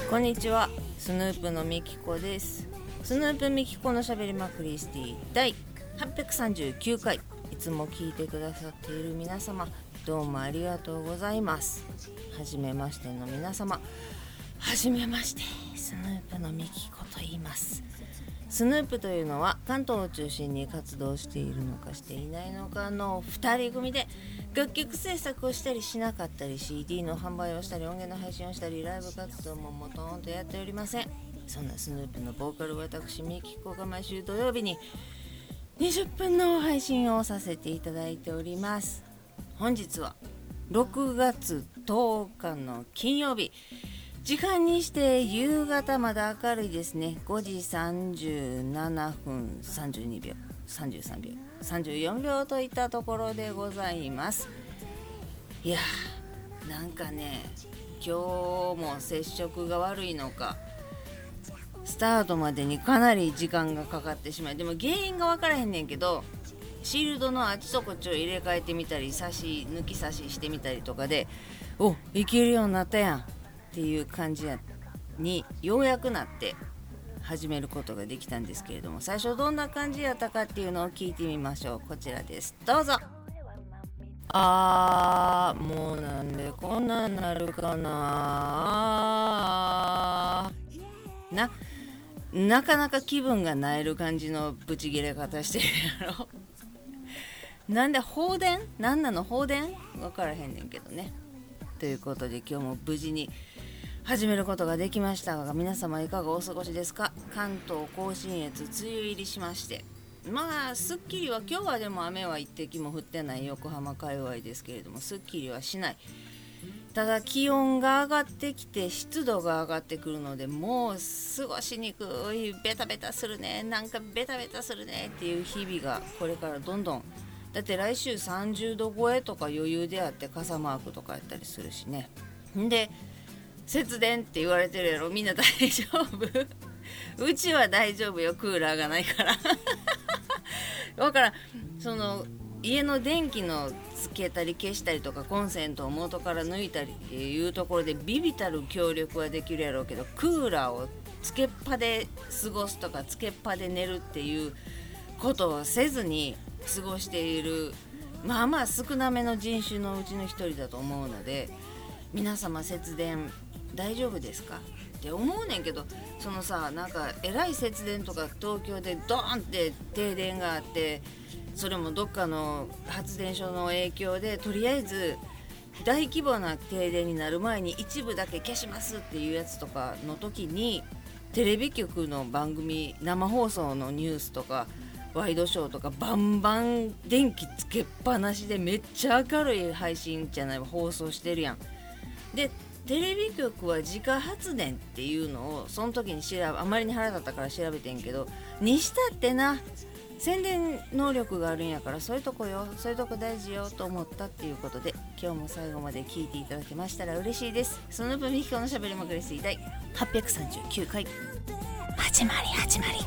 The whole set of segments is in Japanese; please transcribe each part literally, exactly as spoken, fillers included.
こんにちは、スヌープのみきこです。スヌープみきこのしゃべりまクリスティだいはっぴゃくさんじゅうきゅうかい、いつも聞いてくださっている皆様、どうもありがとうございます。はじめましての皆様、はじめまして、スヌープのみきこと言います。スヌープというのは関東を中心に活動しているのかしていないのかのふたり組で、楽曲制作をしたりしなかったり シーディー の販売をしたり音源の配信をしたりライブ活動ももとんとやっておりません。そんなスヌープのボーカル私みきこが毎週土曜日ににじゅっぷんの配信をさせていただいております。本日はろくがつとおかの金曜日、時間にして夕方、まだ明るいですね。ごじさんじゅうななふんさんじゅうにびょう、さんじゅうさんびょう、さんじゅうよんびょうといったところでございます。いやー、なんかね、今日も接触が悪いのか、スタートまでにかなり時間がかかってしまい、でも原因が分からへんねんけど、シールドのあっちとこっちを入れ替えてみたり、差し抜き差ししてみたりとかで、お、いけるようになったやんっていう感じにようやくなって始めることができたんですけれども、最初どんな感じやったかっていうのを聞いてみましょう。こちらです、どうぞ。あー、もうなんでこんなんなるかなななかなか気分がなえる感じのブチギレ方してるやろなんで放電なんなの放電分からへんねんけどね。ということで今日も無事に始めることができましたが、皆様いかがお過ごしですか。関東甲信越梅雨入りしまして、まあすっきりは、今日はでも雨は一滴も降ってない横浜界隈ですけれども、すっきりはしない。ただ気温が上がってきて湿度が上がってくるので、もう過ごしにくい、ベタベタするね、なんかベタベタするねっていう日々がこれからどんどん、だって来週さんじゅうど超えとか余裕であって、傘マークとかやったりするしね。んで節電って言われてるやろ、みんな大丈夫うちは大丈夫よ、クーラーがないからだからその家の電気のつけたり消したりとか、コンセントを元から抜いたりっていうところでビビたる協力はできるやろうけど、クーラーをつけっぱで過ごすとかつけっぱで寝るっていうことをせずに過ごしている、まあまあ少なめの人種のうちの一人だと思うので、皆様節電大丈夫ですかって思うねんけど、そのさ、なんかえらい節電とか東京でドーンって停電があって、それもどっかの発電所の影響でとりあえず大規模な停電になる前に一部だけ消しますっていうやつとかの時に、テレビ局の番組、生放送のニュースとかワイドショーとかバンバン電気つけっぱなしでめっちゃ明るい配信じゃない、放送してるやん。でテレビ局は自家発電っていうのをその時に調べ、あまりに腹立ったから調べてんけど、にしたってな、宣伝能力があるんやから、そういうとこよ、そういうとこ大事よと思ったっていうことで、今日も最後まで聞いていただけましたら嬉しいです。スヌープみきこのしゃべりまくり水第はっぴゃくさんじゅうきゅうかい、始まり始まり。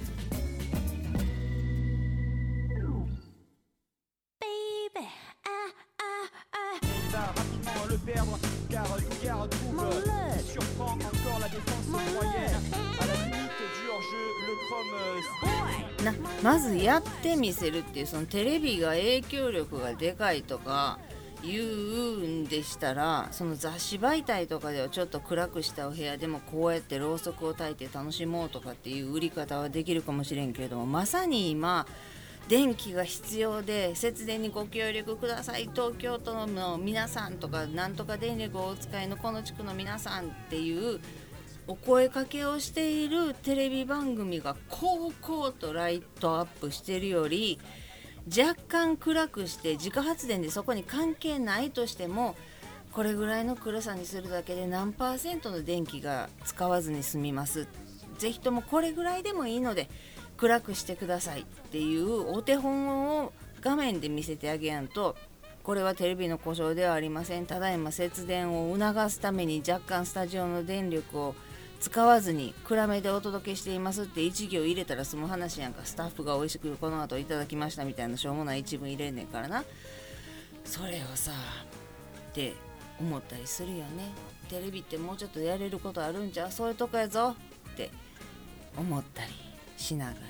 なまずやってみせるっていう、そのテレビが影響力がでかいとか言うんでしたら、その雑誌媒体とかではちょっと暗くしたお部屋でもこうやってろうそくを焚いて楽しもうとかっていう売り方はできるかもしれんけれども、まさに今電気が必要で節電にご協力ください、東京都の皆さんとか、なんとか電力をお使いのこの地区の皆さんっていうお声かけをしているテレビ番組がこうこうとライトアップしてるより、若干暗くして自家発電でそこに関係ないとしても、これぐらいの暗さにするだけで何パーセントの電気が使わずに済みます、ぜひともこれぐらいでもいいので暗くしてくださいっていうお手本を画面で見せてあげやんと、これはテレビの故障ではありません、ただいま節電を促すために若干スタジオの電力を使わずに暗めでお届けしていますって一行入れたら済む話やんか。スタッフが美味しくこの後いただきましたみたいなしょうもない一文入れんねんからな。それをさで思ったりするよね。テレビってもうちょっとやれることあるんじゃ、そういうとこやぞって思ったりしながら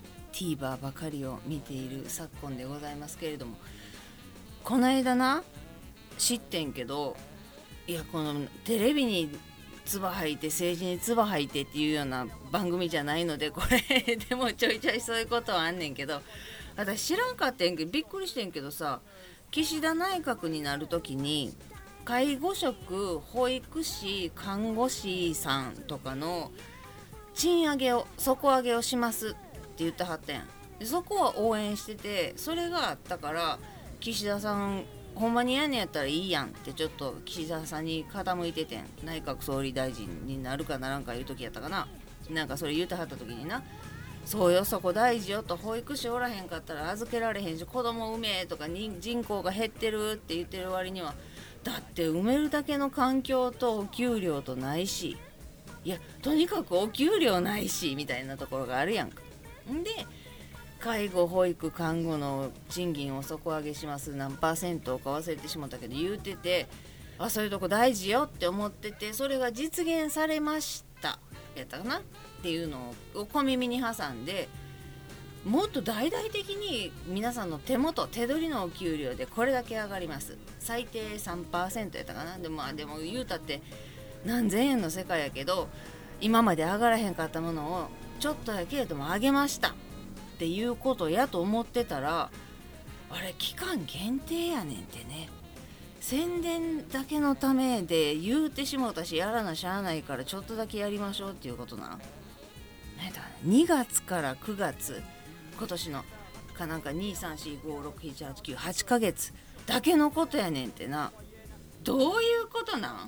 TVer ばかりを見ている昨今でございますけれども、この間な知ってんけど、いやこのテレビに唾吐いて政治に唾吐いてっていうような番組じゃないので、これでもちょいちょいそういうことはあんねんけど、私知らんかったんけどびっくりしてんけどさ、岸田内閣になるときに介護職、保育士、看護師さんとかの賃上げを底上げをしますって言ってはってんで、そこは応援してて、それがあったから岸田さんほんまにやねんやったらいいやんってちょっと岸田さんに傾いててん。内閣総理大臣になるかならんかいう時やったかな、なんかそれ言うてはった時にな、そうよそこ大事よと、保育士おらへんかったら預けられへんし、子供産めとかに人口が減ってるって言ってる割には、だって埋めるだけの環境とお給料とないし、いやとにかくお給料ないしみたいなところがあるやんか。んで介護、保育、看護の賃金を底上げします何パーセントか忘れてしまったけど言うてて、あそういうとこ大事よって思ってて、それが実現されましたやったかなっていうのを小耳に挟んで、もっと大々的に皆さんの手元手取りのお給料でこれだけ上がります、最低 さんパーセント やったかな、でも、まあ、でも言うたって何千円の世界やけど、今まで上がらへんかったものをちょっとやけれども上げましたっていうことやと思ってたら、あれ期間限定やねんってね、宣伝だけのためで言うてしもうたし、やらなしゃあないからちょっとだけやりましょうっていうことな。なんだにがつからくがつ、今年のかなんかにさんしごろくしちはちきゅうはちかげつだけのことやねんってな。どういうことなん、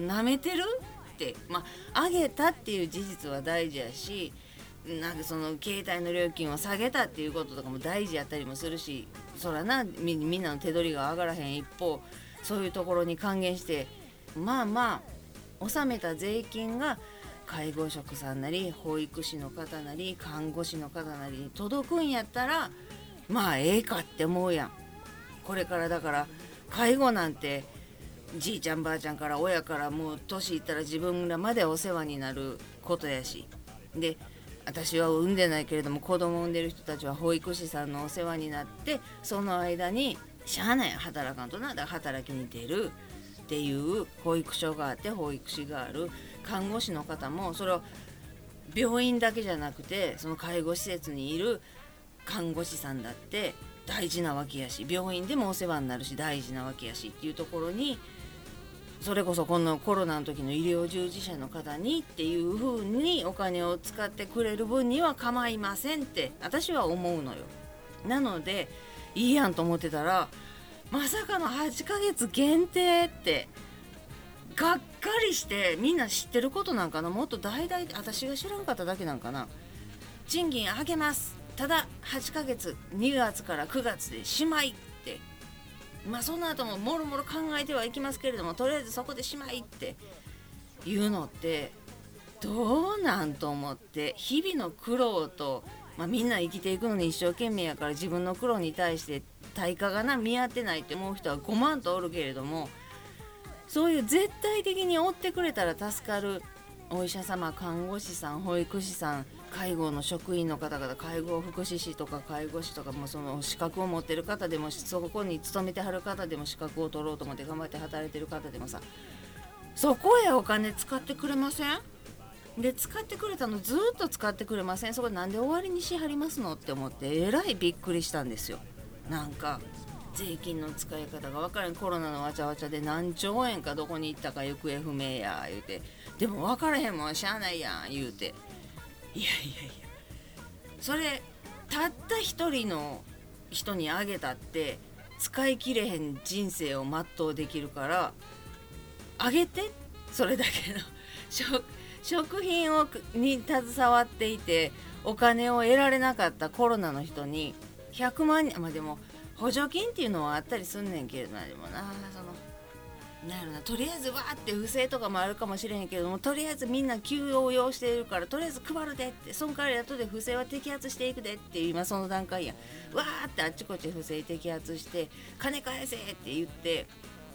なめてるって。まあ上げたっていう事実は大事やし、なんかその携帯の料金を下げたっていうこととかも大事やったりもするし、そらな み, みんなの手取りが上がらへん一方、そういうところに還元してまあまあ納めた税金が介護職さんなり保育士の方なり看護師の方なりに届くんやったらまあええかって思うやん。これからだから介護なんてじいちゃんばあちゃんから親からもう年いったら自分らまでお世話になることやし、で私は産んでないけれども子供を産んでる人たちは保育士さんのお世話になって、その間にしゃあない働かんとな、だから働きに出るっていう保育所があって保育士がある、看護師の方もそれを病院だけじゃなくてその介護施設にいる看護師さんだって大事なわけやし、病院でもお世話になるし大事なわけやしっていうところに、それこそこのコロナの時の医療従事者の方にっていう風にお金を使ってくれる分には構いませんって私は思うのよ。なのでいいやんと思ってたら、まさかのはちかげつ限定ってがっかりして、みんな知ってることなんかな、もっと大々私が知らんかっただけなんかな。賃金上げます、ただはちかげつにがつからくがつでしまいって、まあその後ももろもろ考えてはいきますけれども、とりあえずそこでしまいっていうのってどうなんと思って、日々の苦労と、まあ、みんな生きていくのに一生懸命やから自分の苦労に対して対価がな見合ってないって思う人はごまんとおるけれども、そういう絶対的に追ってくれたら助かるお医者様、看護師さん、保育士さん、介護の職員の方々、介護福祉士とか介護士とかもその資格を持ってる方でも、そこに勤めてはる方でも、資格を取ろうと思って頑張って働いてる方でもさ、そこへお金使ってくれません？で使ってくれたのずっと使ってくれません？そこなんで終わりにしはりますのって思ってえらいびっくりしたんですよ。なんか税金の使い方が分からん、コロナのわちゃわちゃで何兆円かどこに行ったか行方不明や言うて、でも分からへんもんしゃあないやん言うて、いやいやいや、それたった一人の人にあげたって使い切れへん人生を全うできるからあげて、それだけの 食, 食品をに携わっていてお金を得られなかったコロナの人にひゃくまんにん、まあでも補助金っていうのはあったりすんねんけれども、でもな、そのなんやろな、とりあえずわーって不正とかもあるかもしれへんけども、とりあえずみんな急を要しているからとりあえず配るでって、その代わり後で不正は摘発していくでっていう今その段階や。わーってあっちこっち不正摘発して金返せって言って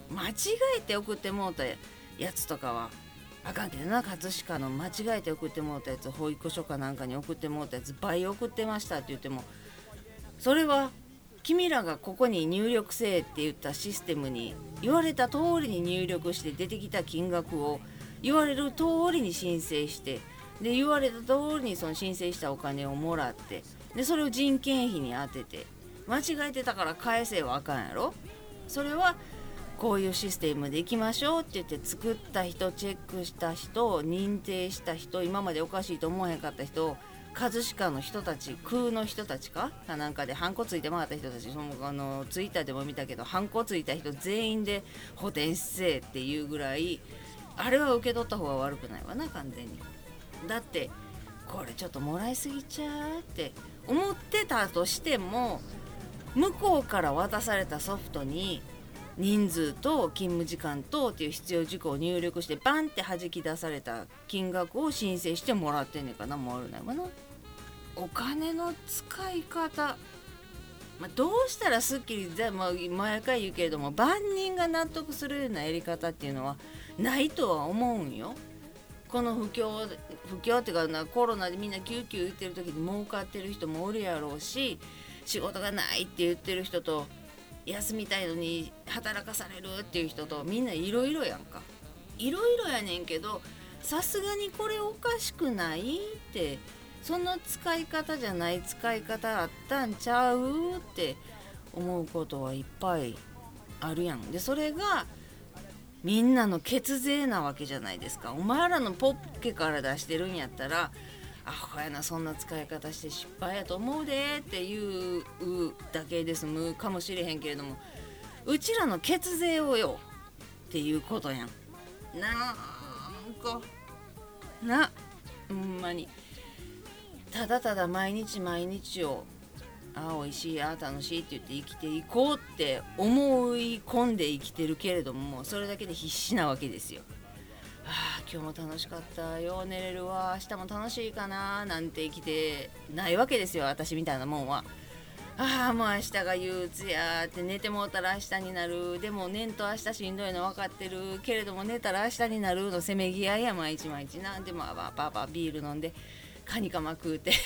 間違えて送ってもうたやつとかはあかんけどな。葛飾の間違えて送ってもうたやつ、保育所かなんかに送ってもうたやつ倍送ってましたって言っても、それは君らがここに入力せえって言ったシステムに言われた通りに入力して出てきた金額を言われる通りに申請して、で言われた通りにその申請したお金をもらって、でそれを人件費に当てて、間違えてたから返せはあかんやろ。それはこういうシステムでいきましょうって言って作った人、チェックした人、認定した人、今までおかしいと思わへんかった人、葛飾の人たち、空の人たちかなんかでハンコついてもらった人たち、そのあのツイッターでも見たけど、ハンコついた人全員で補填せえっていうぐらい、あれは受け取った方が悪くないわな、完全に。だってこれちょっともらいすぎちゃうって思ってたとしても、向こうから渡されたソフトに人数と勤務時間とっていう必要事項を入力してバンって弾き出された金額を申請してもらってんねんかな。もらうないわな。お金の使い方、まあ、どうしたらすっきり、まあ、毎回言うけれども万人が納得するようなやり方っていうのはないとは思うんよ。この不況不況っていうかな、コロナでみんなキューキュー言ってる時に儲かってる人もおるやろうし、仕事がないって言ってる人と休みたいのに働かされるっていう人と、みんないろいろやんか。いろいろやねんけど、さすがにこれおかしくないって、その使い方じゃない使い方あったんちゃうって思うことはいっぱいあるやん。でそれがみんなの血税なわけじゃないですか。お前らのポッケから出してるんやったら、アホやな、そんな使い方して失敗やと思うでっていうだけで済むかもしれへんけれども、うちらの血税をよっていうことやん。なんかな、ほんまにただただ毎日毎日をあおいしい、あ楽しいって言って生きていこうって思い込んで生きてるけれども、それだけで必死なわけですよ。あ今日も楽しかったよ、寝れるわ、明日も楽しいかななんて生きてないわけですよ、私みたいなもんは。ああもう明日が憂鬱やって、寝てもうたら明日になる、でも寝んと明日しんどいの分かってるけれども寝たら明日になるのせめぎ合いや、毎日毎日。なんでもパーパーパービール飲んでカニカマ食うて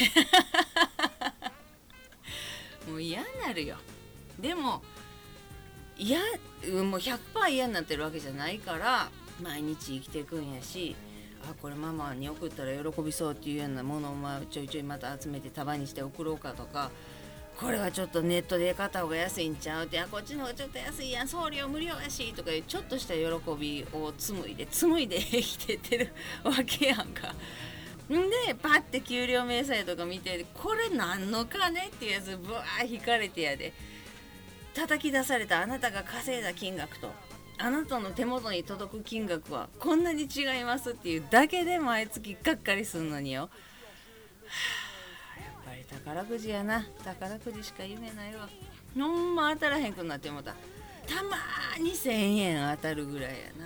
もう嫌になるよ。でも嫌、もう ひゃくパーセント 嫌になってるわけじゃないから毎日生きていくんやし、あこれママに送ったら喜びそうっていうようなものをまあちょいちょいまた集めて束にして送ろうかとか、これはちょっとネットで買った方が安いんちゃうって、あこっちの方がちょっと安いやん、送料無料やしとかいうちょっとした喜びを紡いで紡いで生きてってるわけやんか。んでパッて給料明細とか見て、これ何の金っていうやつブワー引かれてやで、叩き出されたあなたが稼いだ金額とあなたの手元に届く金額はこんなに違いますっていうだけで毎月がっかりするのによ、はあ、やっぱり宝くじやな。宝くじしか夢ないわ。ほんま当たらへんくなってもた。たまーにせんえん当たるぐらいやな。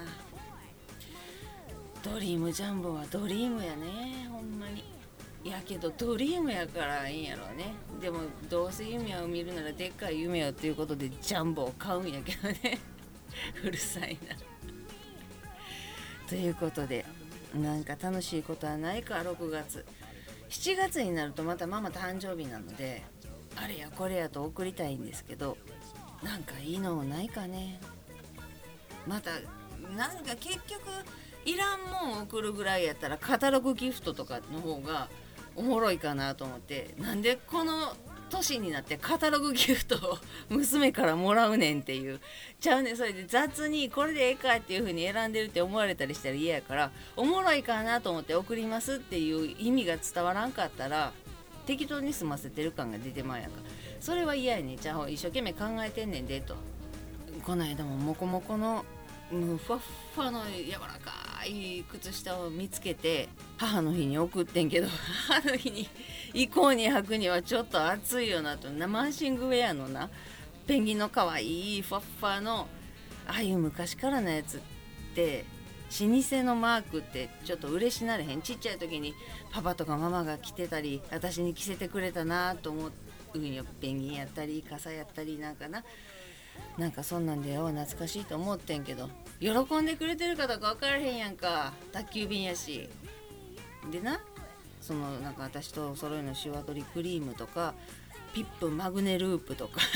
ドリームジャンボはドリームやね、ほんまに。やけどドリームやからいいんやろうね。でもどうせ夢を見るならでっかい夢よっていうことでジャンボを買うんやけどねうるさいなということで、なんか楽しいことはないか。ろくがつしちがつになるとまたママ誕生日なので、あれやこれやと送りたいんですけど、なんかいいのないかね。またなんか結局いらんもん送るぐらいやったらカタログギフトとかの方がおもろいかなと思って、なんでこの年になってカタログギフトを娘からもらうねんっていう、ちゃうねん、それで雑にこれでええかっていう風に選んでるって思われたりしたら嫌やから、おもろいかなと思って送りますっていう意味が伝わらんかったら適当に済ませてる感が出てまうやんか。それは嫌やねん。じゃあ一生懸命考えてんねんでと。この間もモコモコのもうふわっふわの柔らかい靴下を見つけて母の日に送ってんけど、母の日に以降に履くにはちょっと暑いよなと。マーシングウェアのなペンギンの可愛いふわっふわのああいう昔からのやつって老舗のマークってちょっと嬉しなれへん。ちっちゃい時にパパとかママが着てたり私に着せてくれたなと思うよ。ペンギンやったり傘やったりなんかな、 なんかそんなんでよ懐かしいと思ってんけど、喜んでくれてるかどうか分からへんやんか、宅急便やし。でな、そのなんか私とお揃いのシワ取りクリームとかピップマグネループとか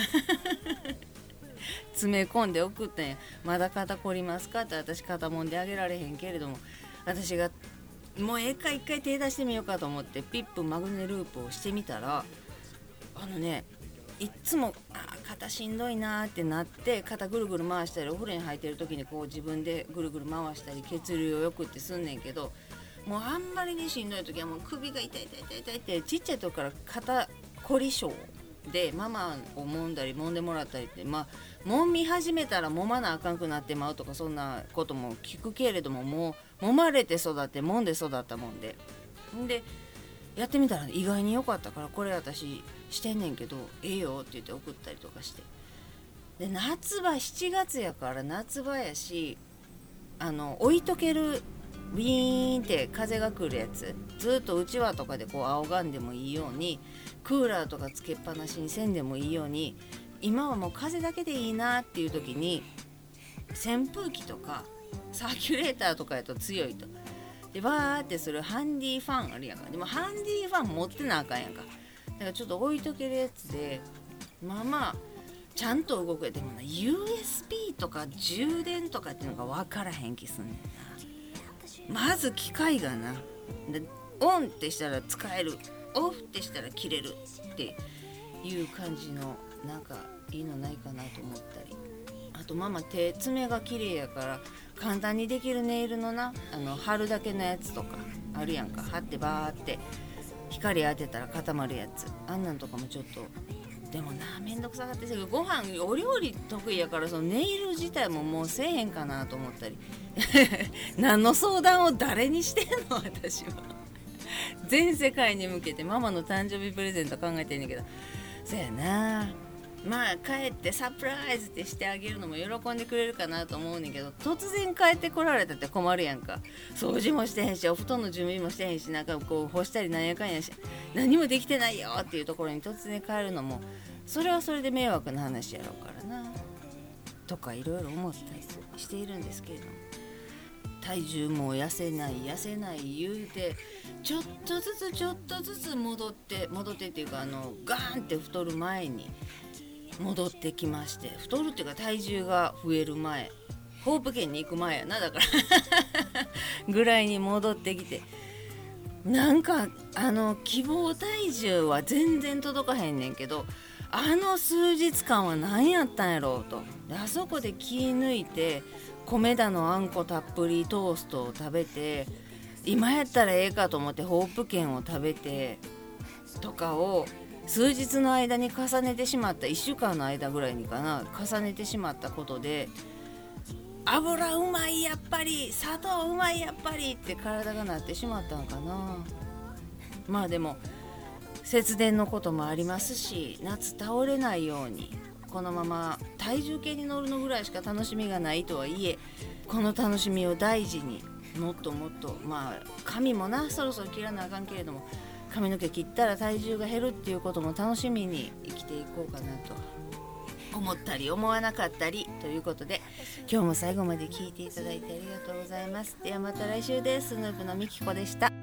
詰め込んで送ったんや。まだ肩凝りますかって、私肩もんであげられへんけれども、私がもうええか一回手出してみようかと思ってピップマグネループをしてみたら、あのね、いっつもあ肩しんどいなってなって、肩ぐるぐる回したり、お風呂に入ってる時にこう自分でぐるぐる回したり血流をよくってすんねんけど、もうあんまりにしんどい時はもう首が痛い痛い痛い痛いって、ちっちゃい時から肩こり症でママを揉んだり揉んでもらったりって、まあ揉み始めたら揉まなあかんくなってまうとかそんなことも聞くけれども、もう揉まれて育って揉んで育ったもんで、んでやってみたら意外に良かったから、これ私してんねんけどええよって言って送ったりとかして、で夏場しちがつやから夏場やし、あの置いとけるウィーンって風が来るやつ、ずっとうちわとかでこう仰がんでもいいように、クーラーとかつけっぱなしにせんでもいいように、今はもう風だけでいいなっていう時に扇風機とかサーキュレーターとかやと強いと、でバーってするハンディファンあるやんか。でもハンディファン持ってなあかんやんか。だからちょっと置いとけるやつで、まあまあちゃんと動くや。でもな ユーエスビー とか充電とかっていうのが分からへん気すんねんな。まず機械がな、でオンってしたら使える、オフってしたら切れるっていう感じのなんかいいのないかなと思ったり、あとママ手爪が綺麗やから簡単にできるネイルのな、あの貼るだけのやつとかあるやんか。貼ってバーって光当てたら固まるやつ、あんなんとかもちょっと、でもなめんどくさがってる、ご飯お料理得意やから、そのネイル自体ももうせえへんかなと思ったり何の相談を誰にしてんの私は全世界に向けてママの誕生日プレゼント考えてんねんけど、そやな、まあ帰ってサプライズってしてあげるのも喜んでくれるかなと思うねんけど、突然帰ってこられたって困るやんか。掃除もしてへんし、お布団の準備もしてへんし、なんかこう干したりなんやかんやし、何もできてないよっていうところに突然帰るのも、それはそれで迷惑な話やろうからなとかいろいろ思ったりしているんですけれども、体重も痩せない痩せない言うて、ちょっとずつちょっとずつ戻って戻ってっていうか、あのガーンって太る前に戻ってきまして、太るっていうか体重が増える前、ホープ県に行く前やな、だからぐらいに戻ってきて、なんかあの希望体重は全然届かへんねんけど、あの数日間は何やったんやろうと。であそこで気抜いて米田のあんこたっぷりトーストを食べて、今やったらええかと思ってホープ券を食べてとかを数日の間に重ねてしまった、いっしゅうかんの間ぐらいにかな重ねてしまったことで、油うまいやっぱり、砂糖うまいやっぱりって体がなってしまったんかな。まあでも節電のこともありますし、夏倒れないようにこのまま体重計に乗るのぐらいしか楽しみがないとはいえ、この楽しみを大事に、もっともっと、まあ髪もなそろそろ切らなあかんけれども、髪の毛切ったら体重が減るっていうことも楽しみに生きていこうかなと思ったり思わなかったりということで、今日も最後まで聞いていただいてありがとうございます。ではまた来週です。スヌープのみきこでした。